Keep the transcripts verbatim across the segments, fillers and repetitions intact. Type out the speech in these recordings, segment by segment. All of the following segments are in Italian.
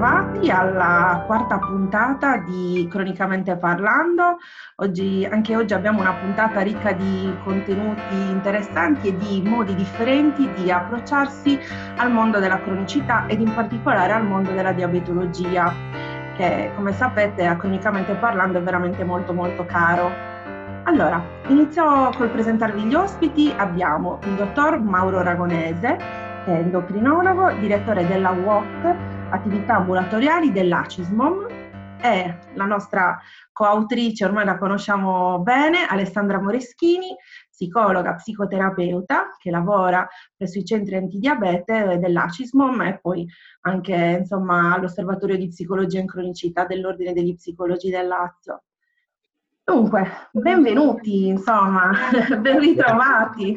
ritrovati alla quarta puntata di Cronicamente Parlando. Oggi, anche oggi abbiamo una puntata ricca di contenuti interessanti e di modi differenti di approcciarsi al mondo della cronicità ed in particolare al mondo della diabetologia, che come sapete a Cronicamente Parlando è veramente molto molto caro. Allora, inizio col presentarvi gli ospiti. Abbiamo il dottor Mauro Ragonese, che è endocrinologo, direttore della U O C, attività ambulatoriali dell'ACISMOM, e la nostra coautrice, ormai la conosciamo bene, Alessandra Moreschini, psicologa, psicoterapeuta, che lavora presso i centri antidiabete dell'ACISMOM e poi anche insomma all'Osservatorio di Psicologia in Cronicità dell'Ordine degli Psicologi del Lazio. Dunque, benvenuti, insomma, ben ritrovati.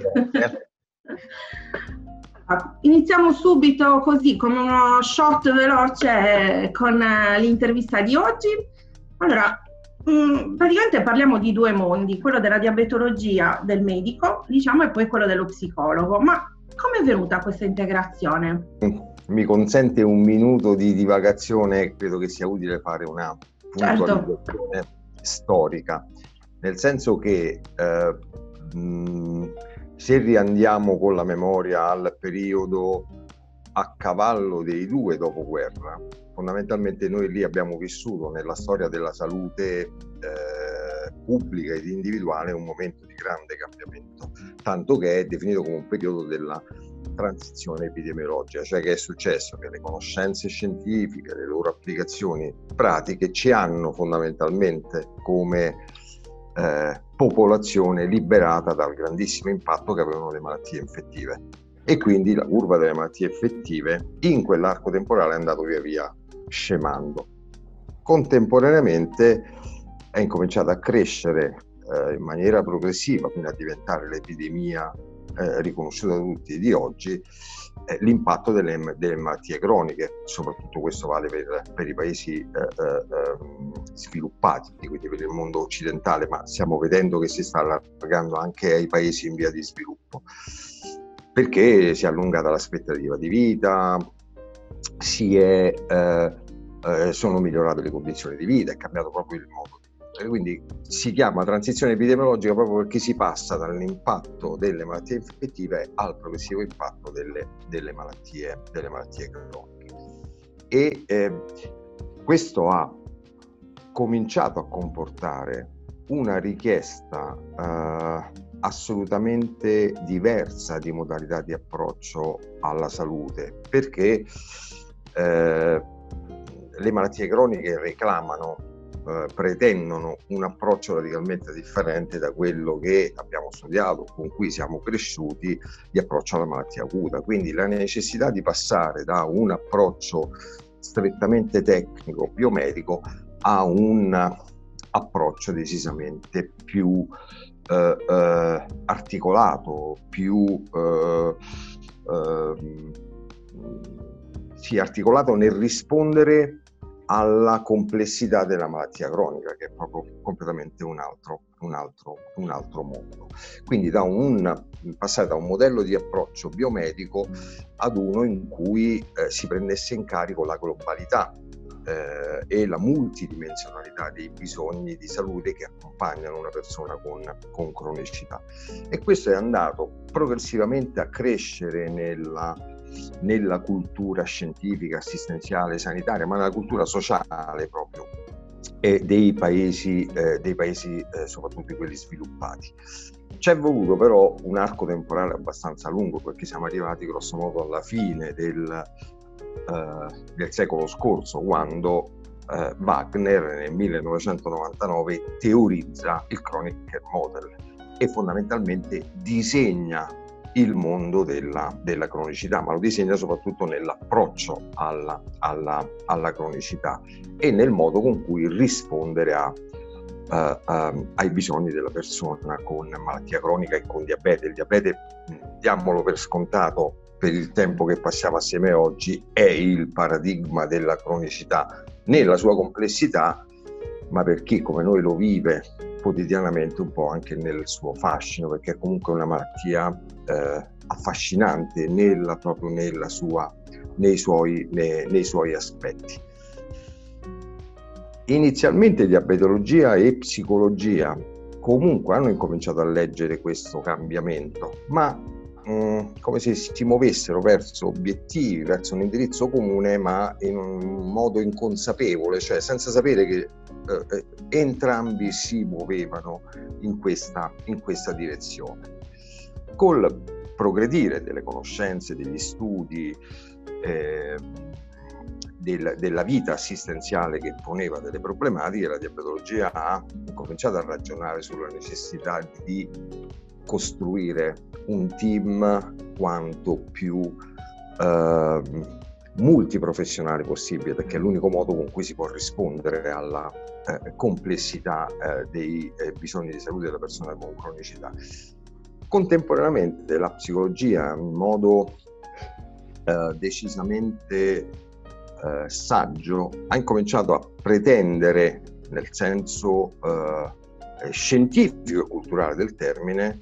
Iniziamo subito così con uno short veloce con l'intervista di oggi. Allora, mh, praticamente parliamo di due mondi, quello della diabetologia del medico, diciamo, e poi quello dello psicologo. Ma come è venuta questa integrazione? Mi consente un minuto di divagazione, credo che sia utile fare una puntualizzazione certo. storica, nel senso che eh, mh, se riandiamo con la memoria al periodo a cavallo dei due dopoguerra, fondamentalmente noi lì abbiamo vissuto nella storia della salute eh, pubblica ed individuale un momento di grande cambiamento, tanto che è definito come un periodo della transizione epidemiologica, cioè che è successo che le conoscenze scientifiche, le loro applicazioni pratiche ci hanno fondamentalmente come eh, popolazione liberata dal grandissimo impatto che avevano le malattie infettive, e quindi la curva delle malattie infettive in quell'arco temporale è andato via via scemando. Contemporaneamente è incominciata a crescere eh, in maniera progressiva fino a diventare l'epidemia eh, riconosciuta da tutti di oggi, eh, l'impatto delle, delle malattie croniche. Soprattutto questo vale per, per i paesi eh, eh, sviluppati, quindi per il mondo occidentale, ma stiamo vedendo che si sta allargando anche ai paesi in via di sviluppo, perché si è allungata l'aspettativa di vita, si è, eh, eh, sono migliorate le condizioni di vita, è cambiato proprio il modo. Quindi si chiama transizione epidemiologica proprio perché si passa dall'impatto delle malattie infettive al progressivo impatto delle, delle, malattie, delle malattie croniche. E eh, questo ha cominciato a comportare una richiesta eh, assolutamente diversa di modalità di approccio alla salute, perché eh, le malattie croniche reclamano Eh, pretendono un approccio radicalmente differente da quello che abbiamo studiato, con cui siamo cresciuti, di approccio alla malattia acuta. Quindi la necessità di passare da un approccio strettamente tecnico, biomedico, a un approccio decisamente più eh, eh, articolato, più eh, eh, sì, articolato nel rispondere alla complessità della malattia cronica, che è proprio completamente un altro, un altro, un altro mondo. Quindi da un, passare da un modello di approccio biomedico ad uno in cui eh, si prendesse in carico la globalità eh, e la multidimensionalità dei bisogni di salute che accompagnano una persona con, con cronicità. E questo è andato progressivamente a crescere nella nella cultura scientifica, assistenziale, sanitaria, ma nella cultura sociale proprio e dei paesi, eh, dei paesi eh, soprattutto quelli sviluppati. Ci è voluto però un arco temporale abbastanza lungo, perché siamo arrivati grosso modo alla fine del, eh, del secolo scorso, quando eh, Wagner nel millenovecentonovantanove teorizza il Chronic Care Model e fondamentalmente disegna il mondo della, della cronicità, ma lo disegna soprattutto nell'approccio alla, alla, alla cronicità e nel modo con cui rispondere a, uh, uh, ai bisogni della persona con malattia cronica e con diabete. Il diabete, diamolo per scontato per il tempo che passiamo assieme oggi, è il paradigma della cronicità nella sua complessità, ma per chi come noi lo vive quotidianamente un po' anche nel suo fascino, perché è comunque una malattia eh, affascinante nella, proprio nella sua, nei, suoi, nei, nei suoi aspetti. inizialmente diabetologia e psicologia comunque hanno incominciato a leggere questo cambiamento, ma mh, come se si muovessero verso obiettivi, verso un indirizzo comune, ma in un modo inconsapevole, cioè senza sapere che eh, entrambi si muovevano in questa, in questa direzione. Col progredire delle conoscenze, degli studi, eh, del, della vita assistenziale che poneva delle problematiche, la diabetologia ha cominciato a ragionare sulla necessità di costruire un team quanto più eh, multiprofessionale possibile, perché è l'unico modo con cui si può rispondere alla eh, complessità eh, dei eh, bisogni di salute della persona con cronicità. Contemporaneamente la psicologia, in modo eh, decisamente eh, saggio, ha incominciato a pretendere, nel senso eh, scientifico e culturale del termine,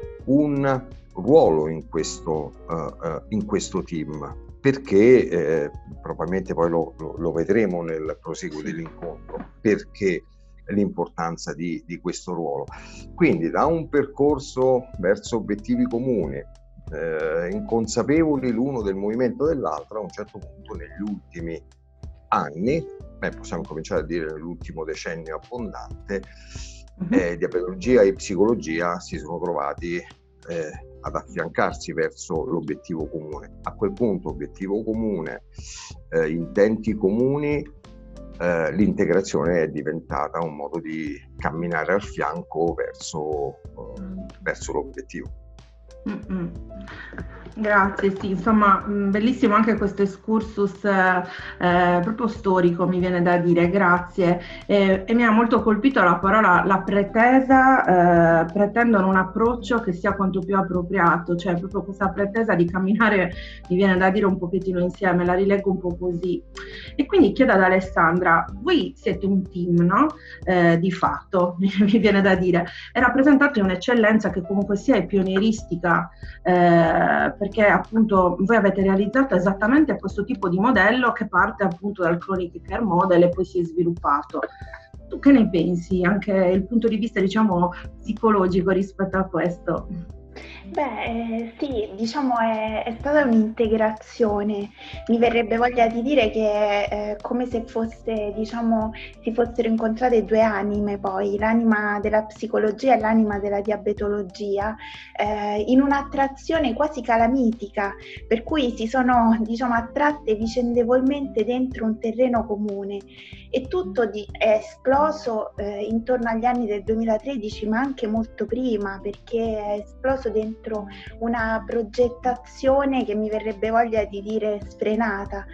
un ruolo in questo, uh, in questo team, perché eh, probabilmente poi lo, lo, lo vedremo nel proseguo dell'incontro, perché l'importanza di, di questo ruolo. Quindi da un percorso verso obiettivi comuni, eh, inconsapevoli l'uno del movimento dell'altro, a un certo punto negli ultimi anni, beh, possiamo cominciare a dire nell'ultimo decennio abbondante, eh, diabetologia e psicologia si sono trovati eh, ad affiancarsi verso l'obiettivo comune. A quel punto obiettivo comune, eh, intenti comuni, eh, l'integrazione è diventata un modo di camminare al fianco verso, eh, verso l'obiettivo. Mm-mm. Grazie, sì, insomma, bellissimo anche questo excursus eh, eh, proprio storico, mi viene da dire, grazie. Eh, e mi ha molto colpito la parola, la pretesa, eh, pretendono un approccio che sia quanto più appropriato, cioè proprio questa pretesa di camminare, mi viene da dire un pochettino insieme, la rileggo un po' così. E quindi chiedo ad Alessandra, voi siete un team, no? Eh, di fatto, mi viene da dire, e rappresentate un'eccellenza che comunque sia è pionieristica, eh, perché appunto voi avete realizzato esattamente questo tipo di modello che parte appunto dal Chronic Care Model e poi si è sviluppato. Tu che ne pensi? Anche il punto di vista, diciamo, psicologico rispetto a questo? Beh, eh, sì, diciamo è, è stata un'integrazione. Mi verrebbe voglia di dire che è eh, come se fosse, diciamo, si fossero incontrate due anime poi, l'anima della psicologia e l'anima della diabetologia, eh, in un'attrazione quasi calamitica, per cui si sono, diciamo, attratte vicendevolmente dentro un terreno comune. E tutto di, è esploso eh, intorno agli anni del duemilatredici, ma anche molto prima, perché è esploso dentro una progettazione che mi verrebbe voglia di dire sfrenata,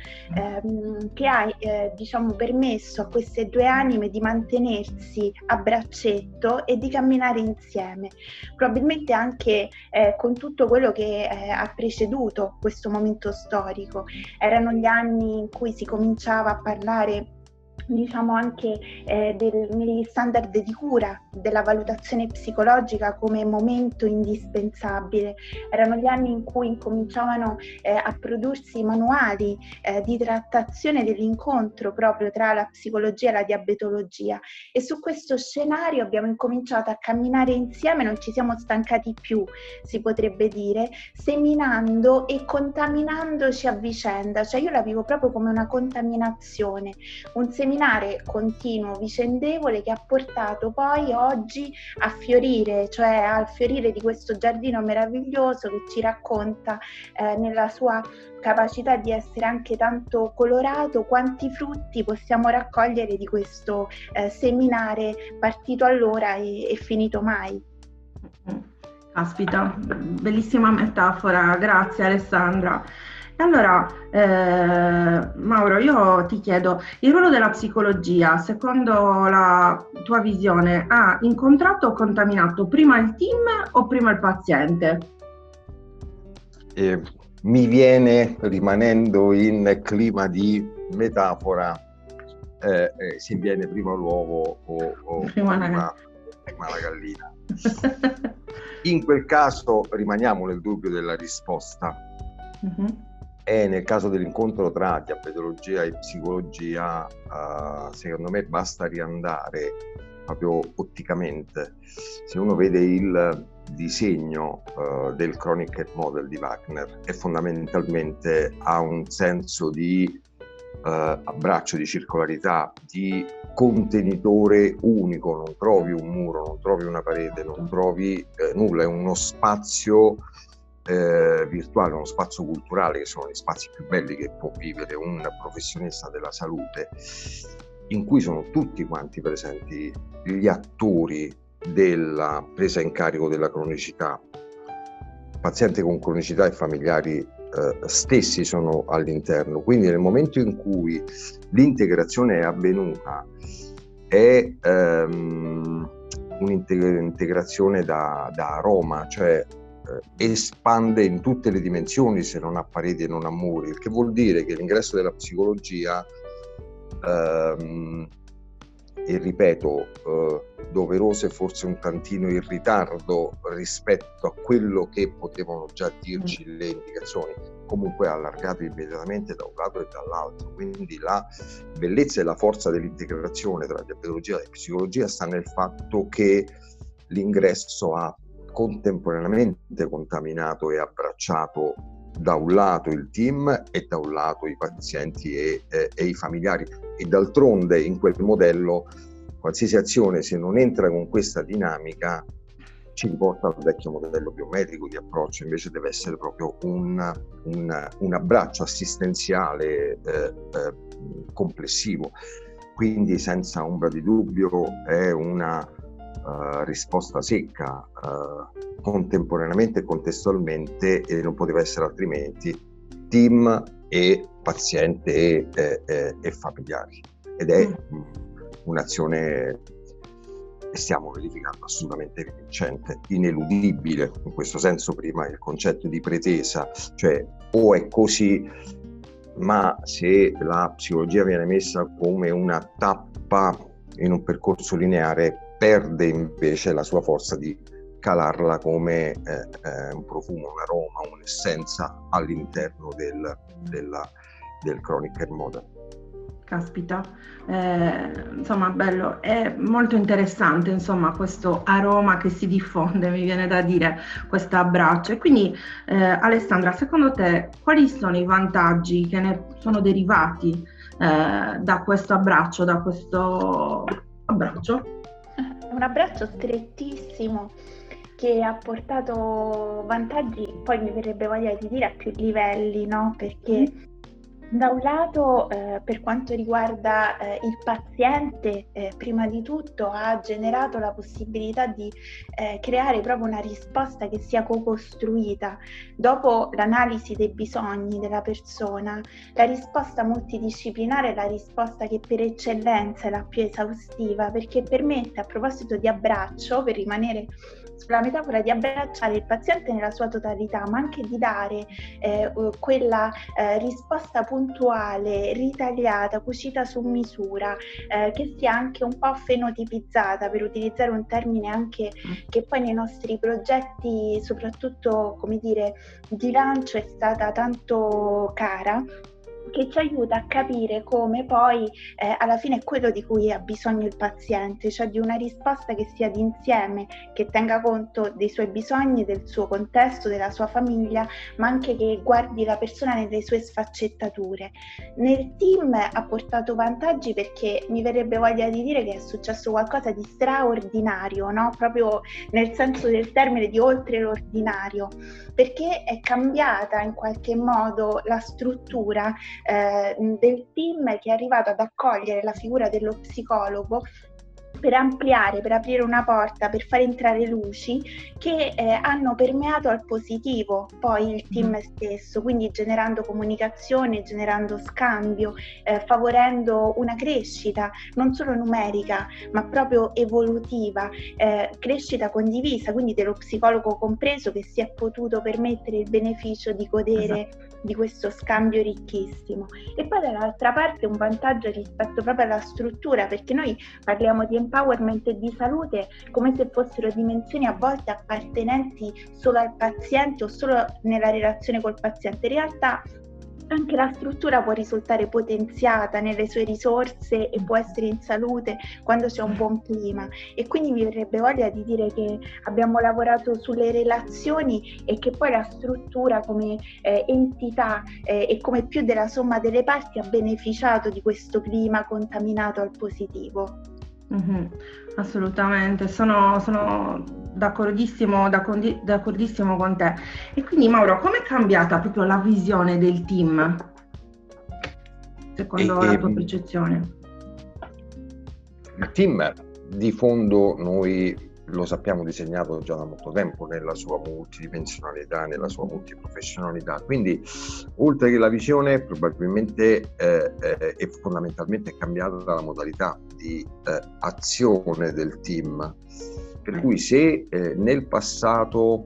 ehm, che ha eh, diciamo permesso a queste due anime di mantenersi a braccetto e di camminare insieme, probabilmente anche eh, con tutto quello che eh, ha preceduto questo momento storico. Erano gli anni in cui si cominciava a parlare, diciamo, anche eh, del, negli standard di cura della valutazione psicologica come momento indispensabile. Erano gli anni in cui incominciavano eh, a prodursi manuali eh, di trattazione dell'incontro proprio tra la psicologia e la diabetologia, e su questo scenario abbiamo incominciato a camminare insieme, non ci siamo stancati più, si potrebbe dire, seminando e contaminandoci a vicenda. Cioè io la vivo proprio come una contaminazione, un seminario continuo, vicendevole, che ha portato poi oggi a fiorire, cioè al fiorire di questo giardino meraviglioso che ci racconta eh, nella sua capacità di essere anche tanto colorato quanti frutti possiamo raccogliere di questo eh, seminare partito allora e, e finito mai. Caspita, bellissima metafora, grazie Alessandra. Allora, eh, Mauro, io ti chiedo, il ruolo della psicologia, secondo la tua visione, ha incontrato o contaminato prima il team o prima il paziente? Eh, mi viene, rimanendo in clima di metafora, eh, eh, si viene prima l'uovo o, o prima, prima, prima la gallina. In quel caso rimaniamo nel dubbio della risposta. Uh-huh. E nel caso dell'incontro tra diabetologia e psicologia, uh, secondo me basta riandare proprio otticamente. Se uno vede il disegno uh, del Chronic Care Model di Wagner, è fondamentalmente ha un senso di uh, abbraccio, di circolarità, di contenitore unico. Non trovi un muro, non trovi una parete, non trovi eh, nulla, è uno spazio Eh, virtuale, uno spazio culturale, che sono gli spazi più belli che può vivere un professionista della salute, in cui sono tutti quanti presenti gli attori della presa in carico della cronicità. Pazienti con cronicità e familiari eh, stessi sono all'interno, quindi nel momento in cui l'integrazione è avvenuta è ehm, un'integrazione da, da aroma, cioè espande in tutte le dimensioni, se non ha pareti e non ha muri, il che vuol dire che l'ingresso della psicologia ehm, e ripeto eh, doveroso e forse un tantino in ritardo rispetto a quello che potevano già dirci le indicazioni, comunque ha allargato immediatamente da un lato e dall'altro. Quindi la bellezza e la forza dell'integrazione tra diabetologia e psicologia sta nel fatto che l'ingresso ha contemporaneamente contaminato e abbracciato da un lato il team e da un lato i pazienti e, e, e i familiari, e d'altronde in quel modello qualsiasi azione, se non entra con questa dinamica, ci riporta al vecchio modello biomedico di approccio. Invece deve essere proprio un, un, un abbraccio assistenziale eh, eh, complessivo, quindi senza ombra di dubbio è una Uh, risposta secca uh, contemporaneamente e contestualmente, e non poteva essere altrimenti, team e paziente e, e, e, e familiari, ed è mm. un'azione che stiamo verificando assolutamente vincente, ineludibile. In questo senso prima il concetto di pretesa, cioè o è così, ma se la psicologia viene messa come una tappa in un percorso lineare, perde invece la sua forza di calarla come eh, eh, un profumo, un aroma, un'essenza all'interno del, della, del Chronic Care Model. Caspita, eh, insomma bello, è molto interessante insomma questo aroma che si diffonde, mi viene da dire, questo abbraccio. E quindi eh, Alessandra, secondo te quali sono i vantaggi che ne sono derivati eh, da questo abbraccio, da questo abbraccio? Un abbraccio strettissimo che ha portato vantaggi, poi mi verrebbe voglia di dire a più livelli, no? Perché da un lato eh, per quanto riguarda eh, il paziente, eh, prima di tutto ha generato la possibilità di eh, creare proprio una risposta che sia co-costruita. Dopo l'analisi dei bisogni della persona, la risposta multidisciplinare è la risposta che per eccellenza è la più esaustiva, perché permette, a proposito di abbraccio, per rimanere sulla metafora, di abbracciare il paziente nella sua totalità, ma anche di dare eh, quella eh, risposta puntuale, ritagliata, cucita su misura, eh, che sia anche un po' fenotipizzata, per utilizzare un termine anche che poi nei nostri progetti, soprattutto come dire di lancio, è stata tanto cara, che ci aiuta a capire come poi eh, alla fine è quello di cui ha bisogno il paziente, cioè di una risposta che sia d'insieme, che tenga conto dei suoi bisogni, del suo contesto, della sua famiglia, ma anche che guardi la persona nelle sue sfaccettature. Nel team ha portato vantaggi perché mi verrebbe voglia di dire che è successo qualcosa di straordinario, no? Proprio nel senso del termine, di oltre l'ordinario, perché è cambiata in qualche modo la struttura Eh, del team, che è arrivato ad accogliere la figura dello psicologo per ampliare, per aprire una porta, per far entrare luci che eh, hanno permeato al positivo poi il team stesso, quindi generando comunicazione, generando scambio, eh, favorendo una crescita non solo numerica ma proprio evolutiva, eh, crescita condivisa, quindi dello psicologo compreso, che si è potuto permettere il beneficio di godere esatto. di questo scambio ricchissimo. E poi dall'altra parte un vantaggio rispetto proprio alla struttura, perché noi parliamo di empowerment e di salute come se fossero dimensioni a volte appartenenti solo al paziente o solo nella relazione col paziente. In realtà anche la struttura può risultare potenziata nelle sue risorse e può essere in salute quando c'è un buon clima, e quindi mi verrebbe voglia di dire che abbiamo lavorato sulle relazioni e che poi la struttura come eh, entità eh, e come più della somma delle parti ha beneficiato di questo clima contaminato al positivo. Mm-hmm, assolutamente, sono, sono d'accordissimo, d'accordi- d'accordissimo con te. E quindi Mauro, com'è cambiata proprio la visione del team, secondo E, la e, tua percezione? Il team di fondo noi lo sappiamo disegnato già da molto tempo nella sua multidimensionalità, nella sua multiprofessionalità, quindi oltre che la visione probabilmente eh, eh, è fondamentalmente cambiata la modalità di eh, azione del team, per cui se eh, nel passato,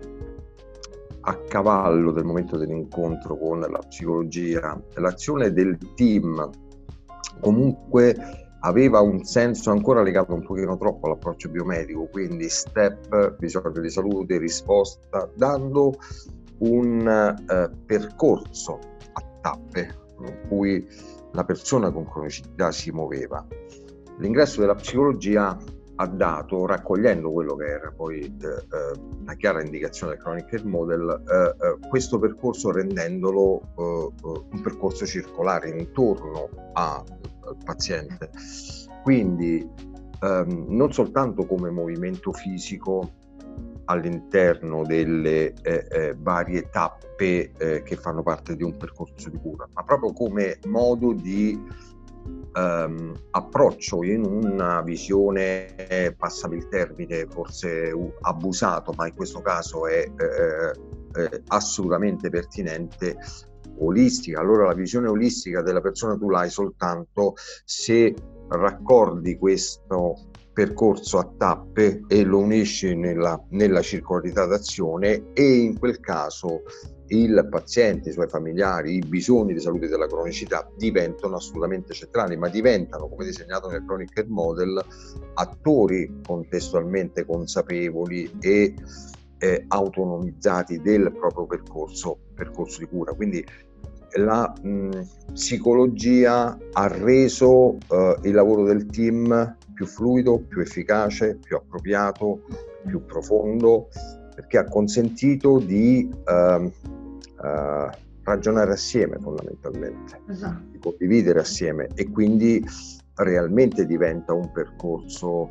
a cavallo del momento dell'incontro con la psicologia, l'azione del team comunque aveva un senso ancora legato un pochino troppo all'approccio biomedico, quindi step, bisogno di salute, risposta, dando un eh, percorso a tappe in cui la persona con cronicità si muoveva. L'ingresso della psicologia ha dato, raccogliendo quello che era poi eh, eh, la chiara indicazione del Chronic Care Model, eh, eh, questo percorso rendendolo eh, un percorso circolare intorno a al paziente, quindi ehm, non soltanto come movimento fisico all'interno delle eh, eh, varie tappe eh, che fanno parte di un percorso di cura, ma proprio come modo di ehm, approccio in una visione, eh, passami il termine forse uh, abusato, ma in questo caso è eh, eh, assolutamente pertinente, olistica. Allora la visione olistica della persona tu l'hai soltanto se raccordi questo percorso a tappe e lo unisci nella, nella circolarità d'azione, e in quel caso il paziente, i suoi familiari, i bisogni di salute della cronicità diventano assolutamente centrali, ma diventano, come disegnato nel Chronic Care Model, attori contestualmente consapevoli e eh, autonomizzati del proprio percorso, percorso di cura. Quindi la mh, psicologia ha reso eh, il lavoro del team più fluido, più efficace, più appropriato, più profondo, perché ha consentito di eh, eh, ragionare assieme fondamentalmente, Esatto. di condividere assieme, e quindi realmente diventa un percorso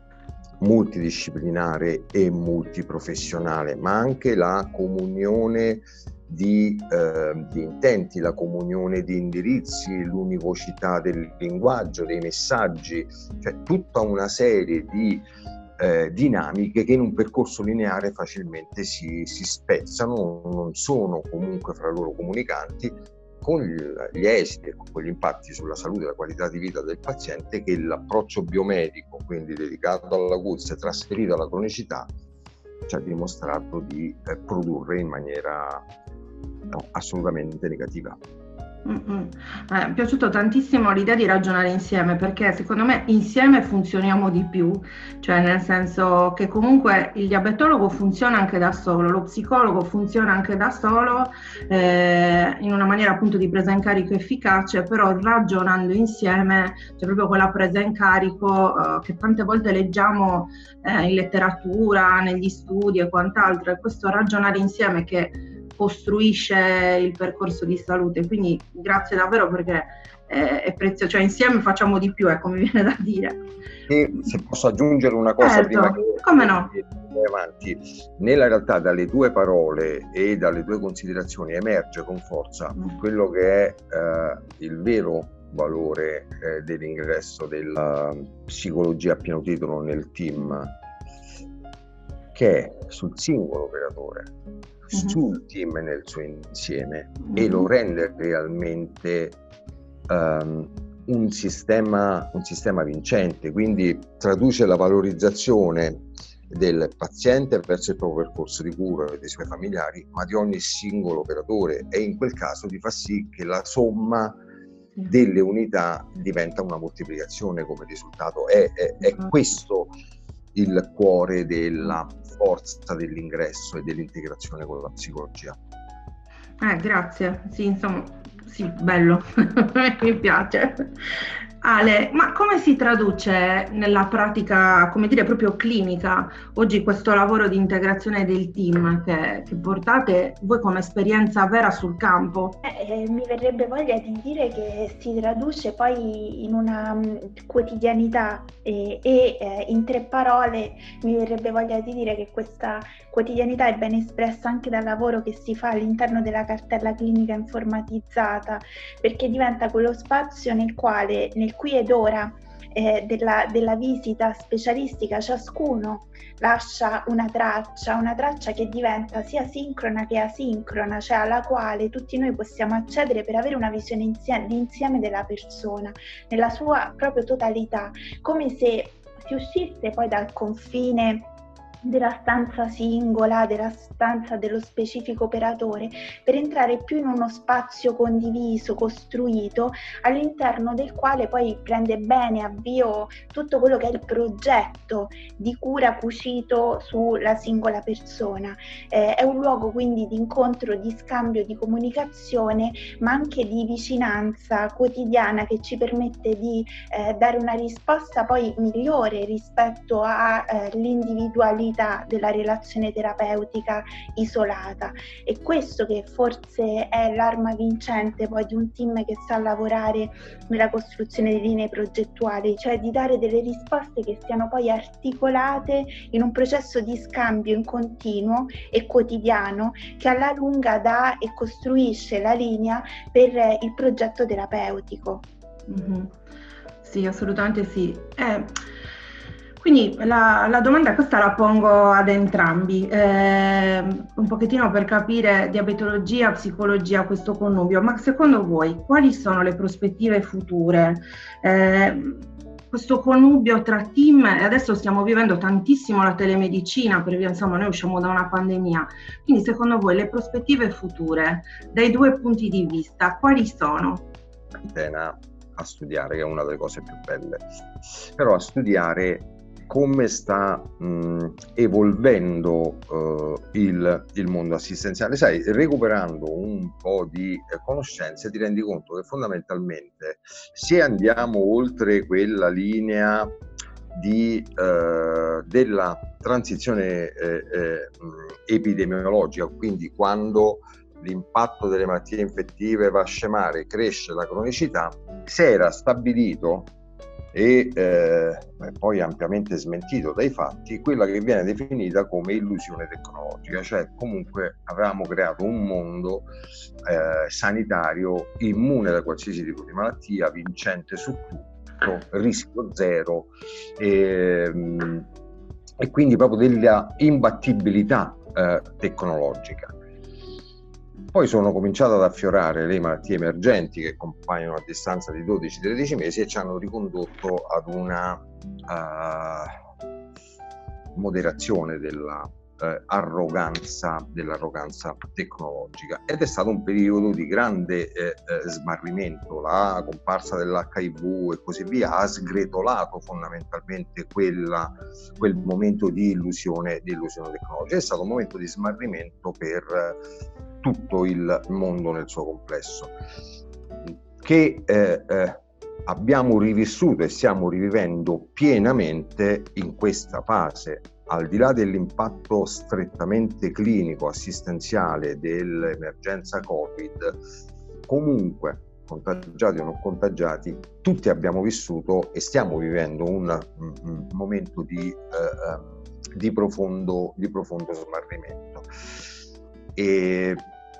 multidisciplinare e multiprofessionale, ma anche la comunione di, eh, di intenti, la comunione di indirizzi, l'univocità del linguaggio, dei messaggi, cioè tutta una serie di eh, dinamiche che in un percorso lineare facilmente si, si spezzano, non sono comunque fra loro comunicanti, con gli esiti e con quegli impatti sulla salute e la qualità di vita del paziente che l'approccio biomedico, quindi dedicato all'acuzia e trasferito alla cronicità, ci ha dimostrato di eh, produrre in maniera no, assolutamente negativa. Mm-mm. Eh, mi è piaciuto tantissimo l'idea di ragionare insieme, perché secondo me insieme funzioniamo di più, cioè nel senso che comunque il diabetologo funziona anche da solo, lo psicologo funziona anche da solo, eh, in una maniera appunto di presa in carico efficace, però ragionando insieme c'è proprio quella presa in carico eh, che tante volte leggiamo eh, in letteratura, negli studi e quant'altro, e questo ragionare insieme che costruisce il percorso di salute. Quindi grazie davvero, perché è, è prezioso, cioè insieme facciamo di più, ecco, mi viene da dire. E se posso aggiungere una cosa, certo, prima che come no? vai avanti, nella realtà dalle tue parole e dalle tue considerazioni emerge con forza mm. quello che è eh, il vero valore eh, dell'ingresso della psicologia a pieno titolo nel team, che è sul singolo operatore, uh-huh. sul team nel suo insieme, uh-huh. e lo rende realmente um, un sistema, un sistema vincente, quindi traduce la valorizzazione del paziente verso il proprio percorso di cura e dei suoi familiari, ma di ogni singolo operatore, e in quel caso ti fa sì che la somma delle unità diventa una moltiplicazione come risultato. È, è, è questo il cuore della forza dell'ingresso e dell'integrazione con la psicologia. Eh, grazie, sì, insomma, sì, bello, mi piace. Ale, ma come si traduce nella pratica, come dire, proprio clinica, oggi questo lavoro di integrazione del team che, che portate voi come esperienza vera sul campo? Eh, eh, mi verrebbe voglia di dire che si traduce poi in una mh, quotidianità e, e, eh, in tre parole mi verrebbe voglia di dire che questa quotidianità è ben espressa anche dal lavoro che si fa all'interno della cartella clinica informatizzata, perché diventa quello spazio nel quale, nel qui ed ora, eh, della, della visita specialistica, ciascuno lascia una traccia, una traccia che diventa sia sincrona che asincrona, cioè alla quale tutti noi possiamo accedere per avere una visione insieme, d'insieme della persona, nella sua propria totalità, come se si uscisse poi dal confine della stanza singola, della stanza dello specifico operatore, per entrare più in uno spazio condiviso, costruito, all'interno del quale poi prende bene avvio tutto quello che è il progetto di cura cucito sulla singola persona. Eh, è un luogo quindi di incontro, di scambio, di comunicazione, ma anche di vicinanza quotidiana che ci permette di eh, dare una risposta poi migliore rispetto all'individualità della relazione terapeutica isolata. E questo che forse è l'arma vincente poi di un team che sa lavorare nella costruzione di linee progettuali, cioè di dare delle risposte che siano poi articolate in un processo di scambio in continuo e quotidiano che alla lunga dà e costruisce la linea per il progetto terapeutico. Mm-hmm. Sì, assolutamente sì. Eh, Quindi la, la domanda questa la pongo ad entrambi, eh, un pochettino per capire diabetologia, psicologia, questo connubio, ma secondo voi quali sono le prospettive future? Eh, questo connubio tra team, e adesso stiamo vivendo tantissimo la telemedicina, perché insomma noi usciamo da una pandemia, quindi secondo voi le prospettive future dai due punti di vista quali sono? Atena a studiare, che è una delle cose più belle, però a studiare come sta mh, evolvendo uh, il, il mondo assistenziale. Sai, recuperando un po' di eh, conoscenze ti rendi conto che fondamentalmente se andiamo oltre quella linea di, uh, della transizione eh, eh, epidemiologica, quindi quando l'impatto delle malattie infettive va a scemare, cresce la cronicità, si era stabilito e eh, poi ampiamente smentito dai fatti quella che viene definita come illusione tecnologica, cioè comunque avevamo creato un mondo eh, sanitario immune da qualsiasi tipo di malattia, vincente su tutto, rischio zero e, e quindi proprio della imbattibilità eh, tecnologica. Poi sono cominciate ad affiorare le malattie emergenti che compaiono a distanza di dodici tredici mesi e ci hanno ricondotto ad una uh, moderazione della uh, arroganza, dell'arroganza tecnologica. Ed è stato un periodo di grande eh, eh, smarrimento. La comparsa dell'H I V e così via ha sgretolato fondamentalmente quella, quel momento di illusione, di illusione tecnologica. È stato un momento di smarrimento per tutto il mondo nel suo complesso, che eh, eh, abbiamo rivissuto e stiamo rivivendo pienamente in questa fase. Al di là dell'impatto strettamente clinico, assistenziale dell'emergenza Covid, comunque contagiati o non contagiati, tutti abbiamo vissuto e stiamo vivendo un, un, un momento di, eh, di, profondo, di profondo smarrimento. E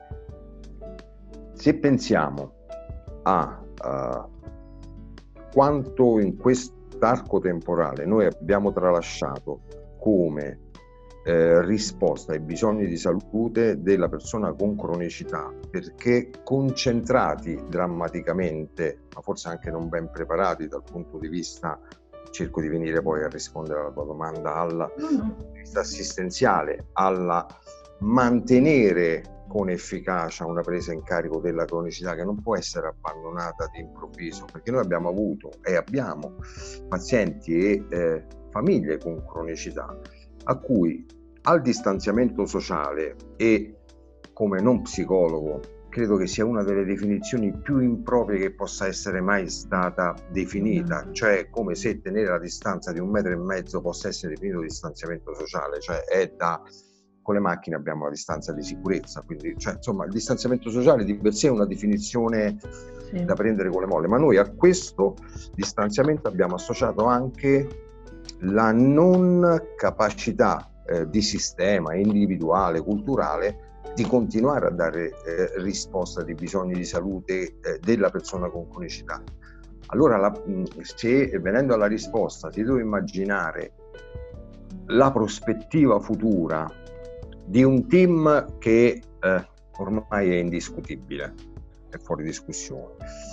se pensiamo a uh, quanto in quest'arco temporale noi abbiamo tralasciato come eh, risposta ai bisogni di salute della persona con cronicità, perché concentrati drammaticamente, ma forse anche non ben preparati dal punto di vista, cerco di venire poi a rispondere alla tua domanda, alla mm-hmm. vista assistenziale, alla mantenere con efficacia una presa in carico della cronicità che non può essere abbandonata d'improvviso, perché noi abbiamo avuto e abbiamo pazienti e eh, famiglie con cronicità a cui al distanziamento sociale e come non psicologo credo che sia una delle definizioni più improprie che possa essere mai stata definita, mm. cioè come se tenere la distanza di un metro e mezzo possa essere definito distanziamento sociale, cioè è da, con le macchine abbiamo la distanza di sicurezza, quindi cioè, insomma il distanziamento sociale di per sé è una definizione sì. da prendere con le molle, ma noi a questo distanziamento abbiamo associato anche la non capacità eh, di sistema individuale, culturale, di continuare a dare eh, risposta ai bisogni di salute eh, della persona con cronicità. Allora, la, se venendo alla risposta si deve immaginare la prospettiva futura di un team che eh, ormai è indiscutibile, è fuori discussione,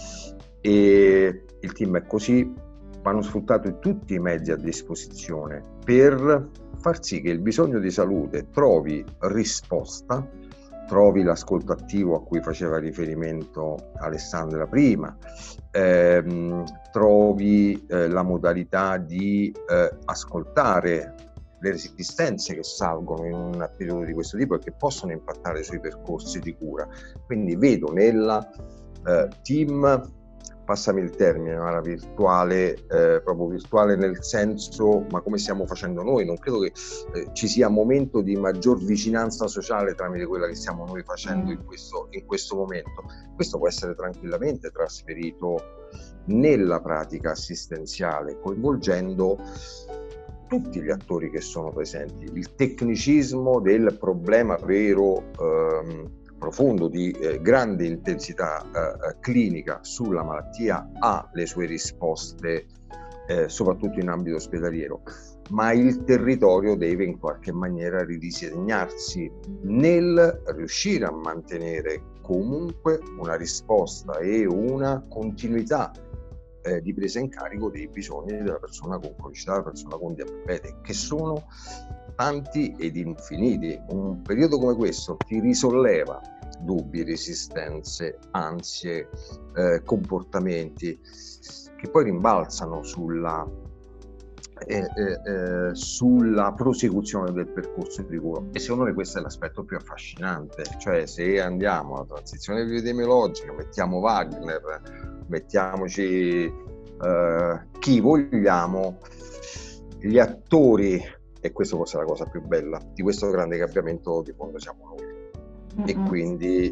e il team è così, vanno sfruttati tutti i mezzi a disposizione per far sì che il bisogno di salute trovi risposta, trovi l'ascolto attivo a cui faceva riferimento Alessandra prima, ehm, trovi eh, la modalità di eh, ascoltare le resistenze che salgono in un periodo di questo tipo e che possono impattare sui percorsi di cura. Quindi vedo nella eh, team, passami il termine, la virtuale, eh, proprio virtuale nel senso, ma come stiamo facendo noi, non credo che eh, ci sia momento di maggior vicinanza sociale tramite quella che stiamo noi facendo in questo, in questo momento. Questo può essere tranquillamente trasferito nella pratica assistenziale, coinvolgendo tutti gli attori che sono presenti. Il tecnicismo del problema vero, ehm, profondo, di eh, grande intensità eh, clinica sulla malattia ha le sue risposte eh, soprattutto in ambito ospedaliero, ma il territorio deve in qualche maniera ridisegnarsi nel riuscire a mantenere comunque una risposta e una continuità eh, di presa in carico dei bisogni della persona con cronicità, della persona con diabete, che sono tanti ed infiniti. Un periodo come questo ti risolleva dubbi, resistenze, ansie, eh, comportamenti che poi rimbalzano sulla, eh, eh, sulla prosecuzione del percorso di cura. E secondo me questo è l'aspetto più affascinante, cioè se andiamo alla transizione epidemiologica, mettiamo Wagner, mettiamoci eh, chi vogliamo, gli attori, e questo forse è la cosa più bella di questo grande cambiamento di fondo siamo noi. Mm-hmm. E quindi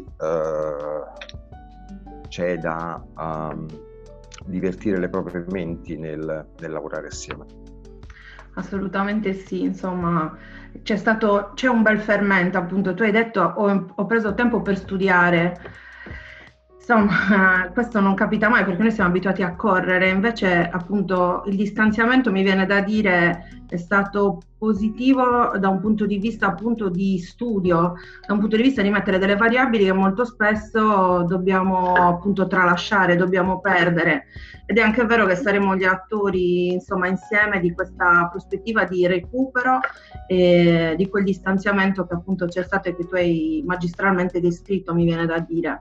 uh, c'è da um, divertire le proprie menti nel, nel lavorare assieme. Assolutamente sì, insomma c'è stato c'è un bel fermento, appunto tu hai detto ho, ho preso tempo per studiare. Insomma, questo non capita mai perché noi siamo abituati a correre, invece appunto il distanziamento mi viene da dire è stato positivo da un punto di vista appunto di studio, da un punto di vista di mettere delle variabili che molto spesso dobbiamo appunto tralasciare, dobbiamo perdere, ed è anche vero che saremo gli attori insomma insieme di questa prospettiva di recupero e di quel distanziamento che appunto c'è stato e che tu hai magistralmente descritto, mi viene da dire.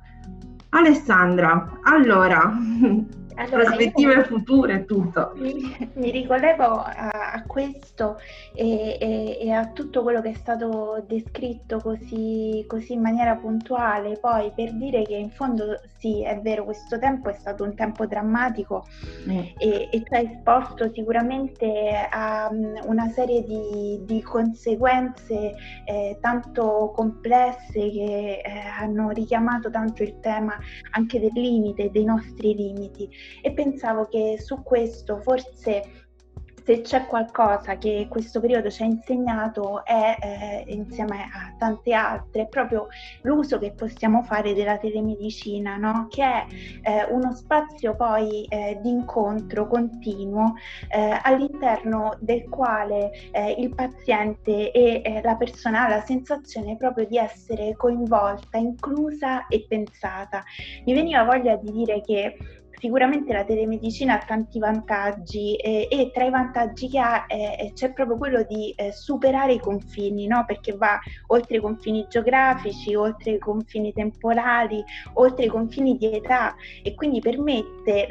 Alessandra, allora, allora prospettive io, future e tutto. Mi, mi ricollego a, a questo e, e, e a tutto quello che è stato descritto così, così in maniera puntuale, poi per dire che in fondo sì, è vero, questo tempo è stato un tempo drammatico mm. e, e ci ha esposto sicuramente a una serie di, di conseguenze eh, tanto complesse che eh, hanno richiamato tanto il tema anche del limite, dei nostri limiti, e pensavo che su questo forse se c'è qualcosa che questo periodo ci ha insegnato è, eh, insieme a tante altre, proprio l'uso che possiamo fare della telemedicina, no? Che è eh, uno spazio poi eh, di incontro continuo eh, all'interno del quale eh, il paziente e eh, la persona ha la sensazione proprio di essere coinvolta, inclusa e pensata. Mi veniva voglia di dire che sicuramente la telemedicina ha tanti vantaggi eh, e tra i vantaggi che ha eh, c'è proprio quello di eh, superare i confini, no? Perché va oltre i confini geografici, oltre i confini temporali, oltre i confini di età, e quindi permette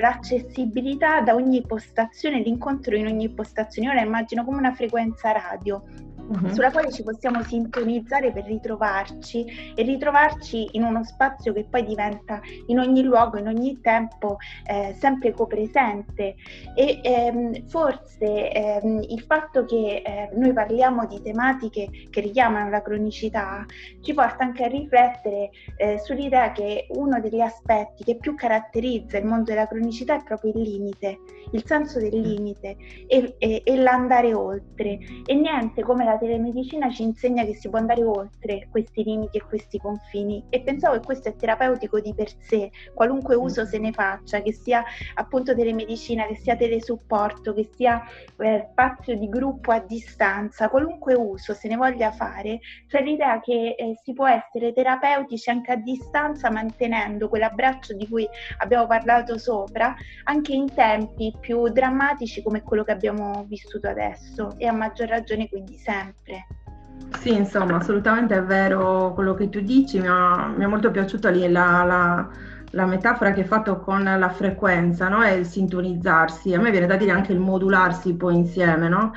l'accessibilità da ogni postazione, l'incontro in ogni postazione. Io la immagino come una frequenza radio. uh-huh. sulla quale ci possiamo sintonizzare per ritrovarci e ritrovarci in uno spazio che poi diventa in ogni luogo, in ogni tempo eh, sempre copresente. E ehm, forse ehm, il fatto che eh, noi parliamo di tematiche che richiamano la cronicità ci porta anche a riflettere eh, sull'idea che uno degli aspetti che più caratterizza il mondo della cronicità è proprio il limite, il senso del limite e, e, e l'andare oltre, e niente come la telemedicina ci insegna che si può andare oltre questi limiti e questi confini, e pensavo che questo è terapeutico di per sé, qualunque uso se ne faccia, che sia appunto telemedicina, che sia telesupporto, che sia eh, spazio di gruppo a distanza, qualunque uso se ne voglia fare, c'è l'idea che eh, si può essere terapeutici anche a distanza, mantenendo quell'abbraccio di cui abbiamo parlato sopra, anche in tempi più drammatici come quello che abbiamo vissuto adesso, e a maggior ragione quindi sempre. Sì, insomma, assolutamente è vero quello che tu dici. Mi ha, mi è molto piaciuta lì la, la, la metafora che hai fatto con la frequenza, no? E il sintonizzarsi. A me viene da dire anche il modularsi poi insieme, no?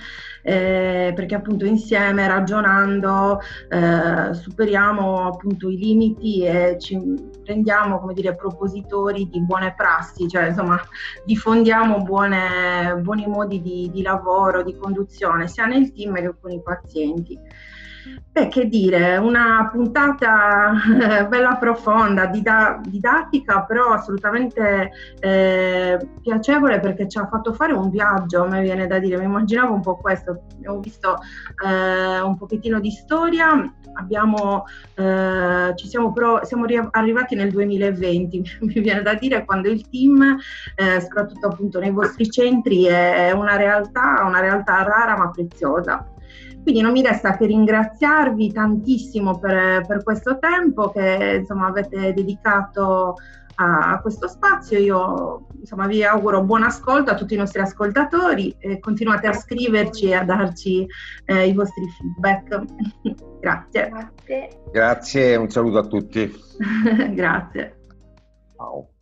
Eh, perché appunto insieme, ragionando, eh, superiamo appunto i limiti e ci rendiamo, come dire, propositori di buone prassi, cioè insomma diffondiamo buone, buoni modi di, di lavoro, di conduzione, sia nel team che con i pazienti. Beh, che dire, una puntata eh, bella profonda, dida- didattica, però assolutamente eh, piacevole, perché ci ha fatto fare un viaggio, a me viene da dire, mi immaginavo un po' questo, abbiamo visto eh, un pochettino di storia, abbiamo, eh, ci siamo, però, siamo ri- arrivati nel duemilaventi, mi viene da dire, quando il team, eh, soprattutto appunto nei vostri centri, è una realtà, una realtà rara ma preziosa. Quindi non mi resta che ringraziarvi tantissimo per, per questo tempo che insomma avete dedicato a, a questo spazio. Io insomma vi auguro buon ascolto a tutti i nostri ascoltatori e continuate a scriverci e a darci eh, i vostri feedback. Grazie. Grazie. Grazie, un saluto a tutti. Grazie. Ciao.